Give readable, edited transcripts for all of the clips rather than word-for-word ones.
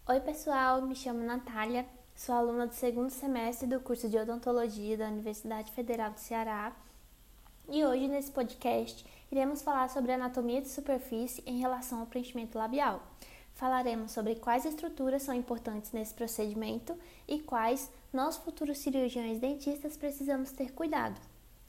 Oi pessoal, me chamo Natália, sou aluna do segundo semestre do curso de Odontologia da Universidade Federal do Ceará e hoje nesse podcast iremos falar sobre anatomia de superfície em relação ao preenchimento labial. Falaremos sobre quais estruturas são importantes nesse procedimento e quais nós futuros cirurgiões dentistas precisamos ter cuidado.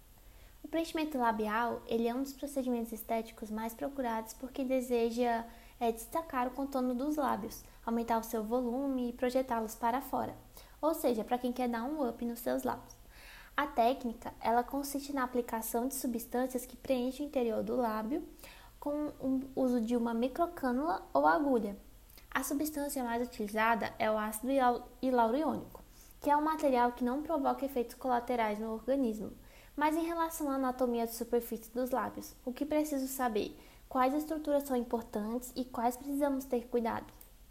O preenchimento labial ele é um dos procedimentos estéticos mais procurados por quem deseja destacar o contorno dos lábios, aumentar o seu volume e projetá-los para fora, ou seja, para quem quer dar um up nos seus lábios. A técnica ela consiste na aplicação de substâncias que preenchem o interior do lábio com o uso de uma microcânula ou agulha. A substância mais utilizada é o ácido hialurônico, que é um material que não provoca efeitos colaterais no organismo. Mas em relação à anatomia de superfície dos lábios, o que preciso saber? Quais estruturas são importantes e quais precisamos ter cuidado?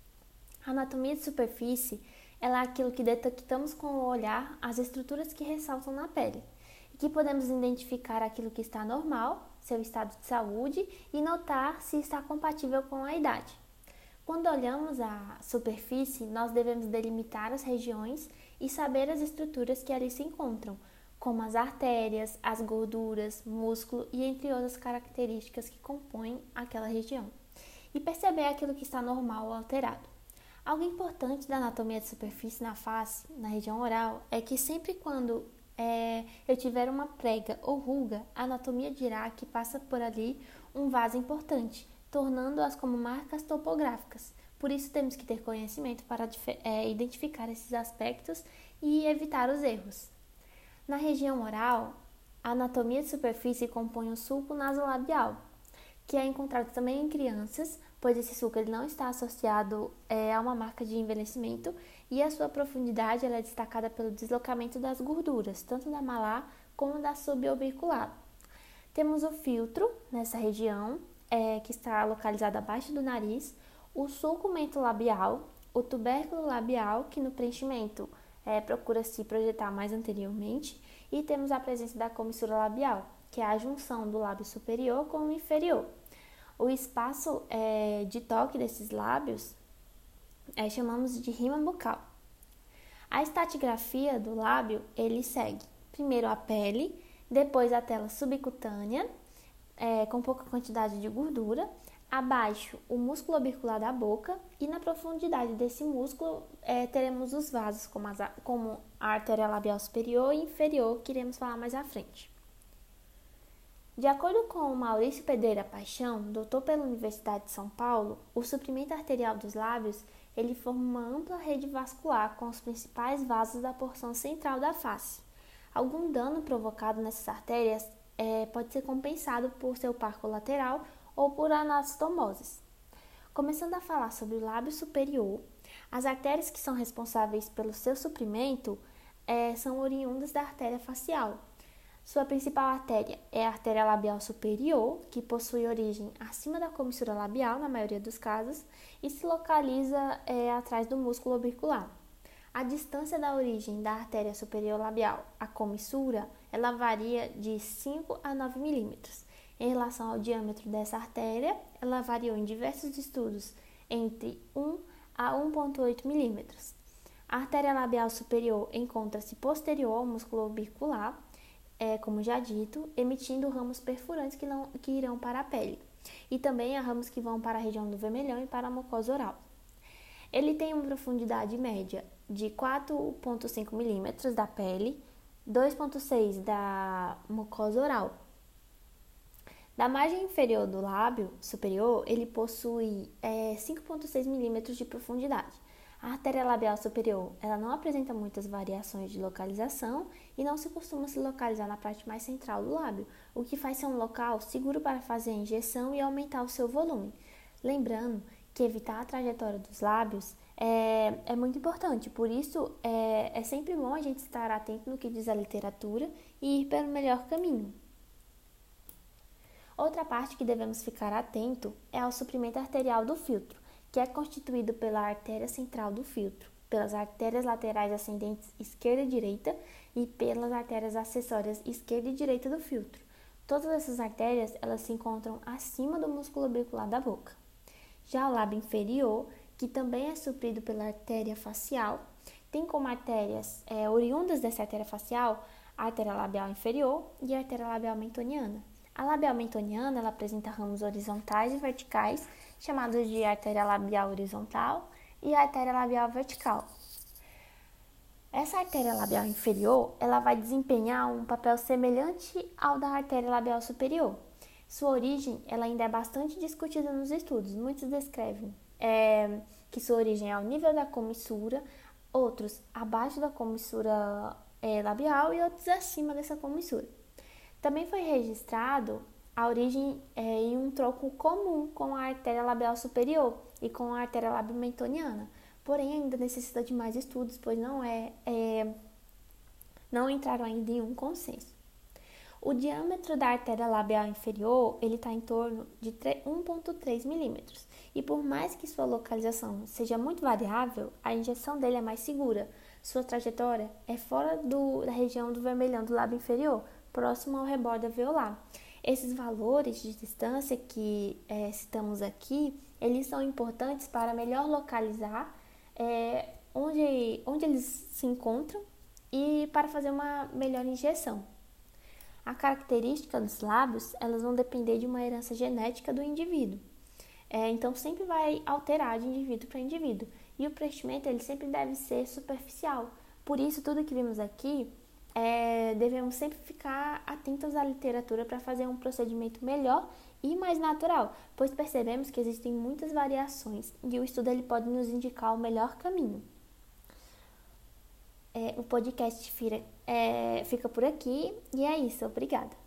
A anatomia de superfície ela é aquilo que detectamos com o olhar as estruturas que ressaltam na pele e que podemos identificar aquilo que está normal, seu estado de saúde e notar se está compatível com a idade. Quando olhamos a superfície, nós devemos delimitar as regiões e saber as estruturas que ali se encontram, como as artérias, as gorduras, músculo e entre outras características que compõem aquela região, e perceber aquilo que está normal ou alterado. Algo importante da anatomia de superfície na face, na região oral, é que sempre quando eu tiver uma prega ou ruga, a anatomia dirá que passa por ali um vaso importante, tornando-as como marcas topográficas. Por isso temos que ter conhecimento para identificar esses aspectos e evitar os erros. Na região oral, a anatomia de superfície compõe o sulco nasolabial, que é encontrado também em crianças, pois esse sulco ele não está associado a uma marca de envelhecimento e a sua profundidade ela é destacada pelo deslocamento das gorduras, tanto da malar como da suborbicular. Temos o filtro nessa região, que está localizado abaixo do nariz, o sulco mentolabial, o tubérculo labial, que no preenchimento procura se projetar mais anteriormente, e temos a presença da comissura labial, que é a junção do lábio superior com o inferior. O espaço de toque desses lábios chamamos de rima bucal. A estratigrafia do lábio, ele segue primeiro a pele, depois a tela subcutânea, com pouca quantidade de gordura, abaixo o músculo orbicular da boca e na profundidade desse músculo teremos os vasos, como a artéria labial superior e inferior, que iremos falar mais à frente. De acordo com Maurício Pedreira Paixão, doutor pela Universidade de São Paulo, o suprimento arterial dos lábios ele forma uma ampla rede vascular com os principais vasos da porção central da face. Algum dano provocado nessas artérias pode ser compensado por seu parco lateral ou por anastomoses. Começando a falar sobre o lábio superior, as artérias que são responsáveis pelo seu suprimento são oriundas da artéria facial. Sua principal artéria é a artéria labial superior, que possui origem acima da comissura labial, na maioria dos casos, e se localiza atrás do músculo orbicular. A distância da origem da artéria superior labial à comissura, ela varia de 5 a 9 milímetros. Em relação ao diâmetro dessa artéria, ela variou em diversos estudos entre 1 a 1,8 milímetros. A artéria labial superior encontra-se posterior ao músculo orbicular, como já dito, emitindo ramos perfurantes que irão para a pele. E também há ramos que vão para a região do vermelhão e para a mucosa oral. Ele tem uma profundidade média de 4,5 milímetros da pele, 2,6 da mucosa oral. Da margem inferior do lábio superior, ele possui 5,6 milímetros de profundidade. A artéria labial superior ela não apresenta muitas variações de localização e não se costuma se localizar na parte mais central do lábio, o que faz ser um local seguro para fazer a injeção e aumentar o seu volume. Lembrando que evitar a trajetória dos lábios é muito importante, por isso é sempre bom a gente estar atento no que diz a literatura e ir pelo melhor caminho. Outra parte que devemos ficar atento é ao suprimento arterial do filtro, que é constituído pela artéria central do filtro, pelas artérias laterais ascendentes esquerda e direita e pelas artérias acessórias esquerda e direita do filtro. Todas essas artérias elas se encontram acima do músculo orbicular da boca. Já o lábio inferior, que também é suprido pela artéria facial. Tem como artérias oriundas dessa artéria facial a artéria labial inferior e a artéria labial mentoniana. A labial mentoniana ela apresenta ramos horizontais e verticais, chamados de artéria labial horizontal e artéria labial vertical. Essa artéria labial inferior ela vai desempenhar um papel semelhante ao da artéria labial superior. Sua origem ela ainda é bastante discutida nos estudos. Muitos descrevem que sua origem é ao nível da comissura, outros abaixo da comissura labial e outros acima dessa comissura. Também foi registrado a origem em um tronco comum com a artéria labial superior e com a artéria labial mentoniana. Porém, ainda necessita de mais estudos, pois não entraram ainda em um consenso. O diâmetro da artéria labial inferior ele está em torno de 1,3 milímetros. E por mais que sua localização seja muito variável, a injeção dele é mais segura. Sua trajetória é fora da região do vermelhão do lábio inferior, próximo ao rebordo alveolar. Esses valores de distância que citamos aqui, eles são importantes para melhor localizar onde eles se encontram e para fazer uma melhor injeção. A característica dos lábios, elas vão depender de uma herança genética do indivíduo. Então, sempre vai alterar de indivíduo para indivíduo. E o preenchimento, ele sempre deve ser superficial. Por isso, tudo que vimos aqui, devemos sempre ficar atentos à literatura para fazer um procedimento melhor e mais natural, pois percebemos que existem muitas variações e o estudo ele pode nos indicar o melhor caminho. O podcast fica por aqui e é isso. Obrigada.